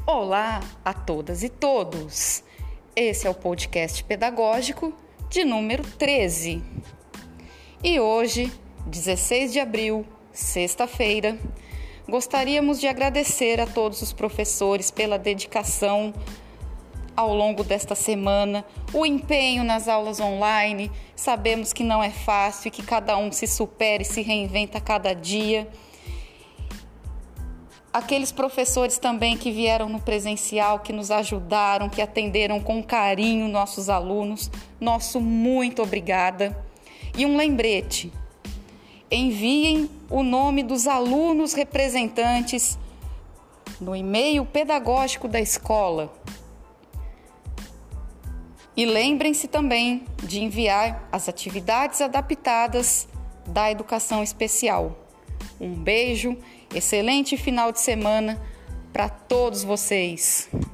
Olá a todas e todos! Esse é o podcast pedagógico de número 13. E hoje, 16 de abril, sexta-feira, gostaríamos de agradecer a todos os professores pela dedicação ao longo desta semana, o empenho nas aulas online. Sabemos que não é fácil e que cada um se supera e se reinventa a cada dia. Aqueles professores também que vieram no presencial, que nos ajudaram, que atenderam com carinho nossos alunos, nosso muito obrigada. E um lembrete, enviem o nome dos alunos representantes no e-mail pedagógico da escola. E lembrem-se também de enviar as atividades adaptadas da educação especial. Um beijo, excelente final de semana para todos vocês.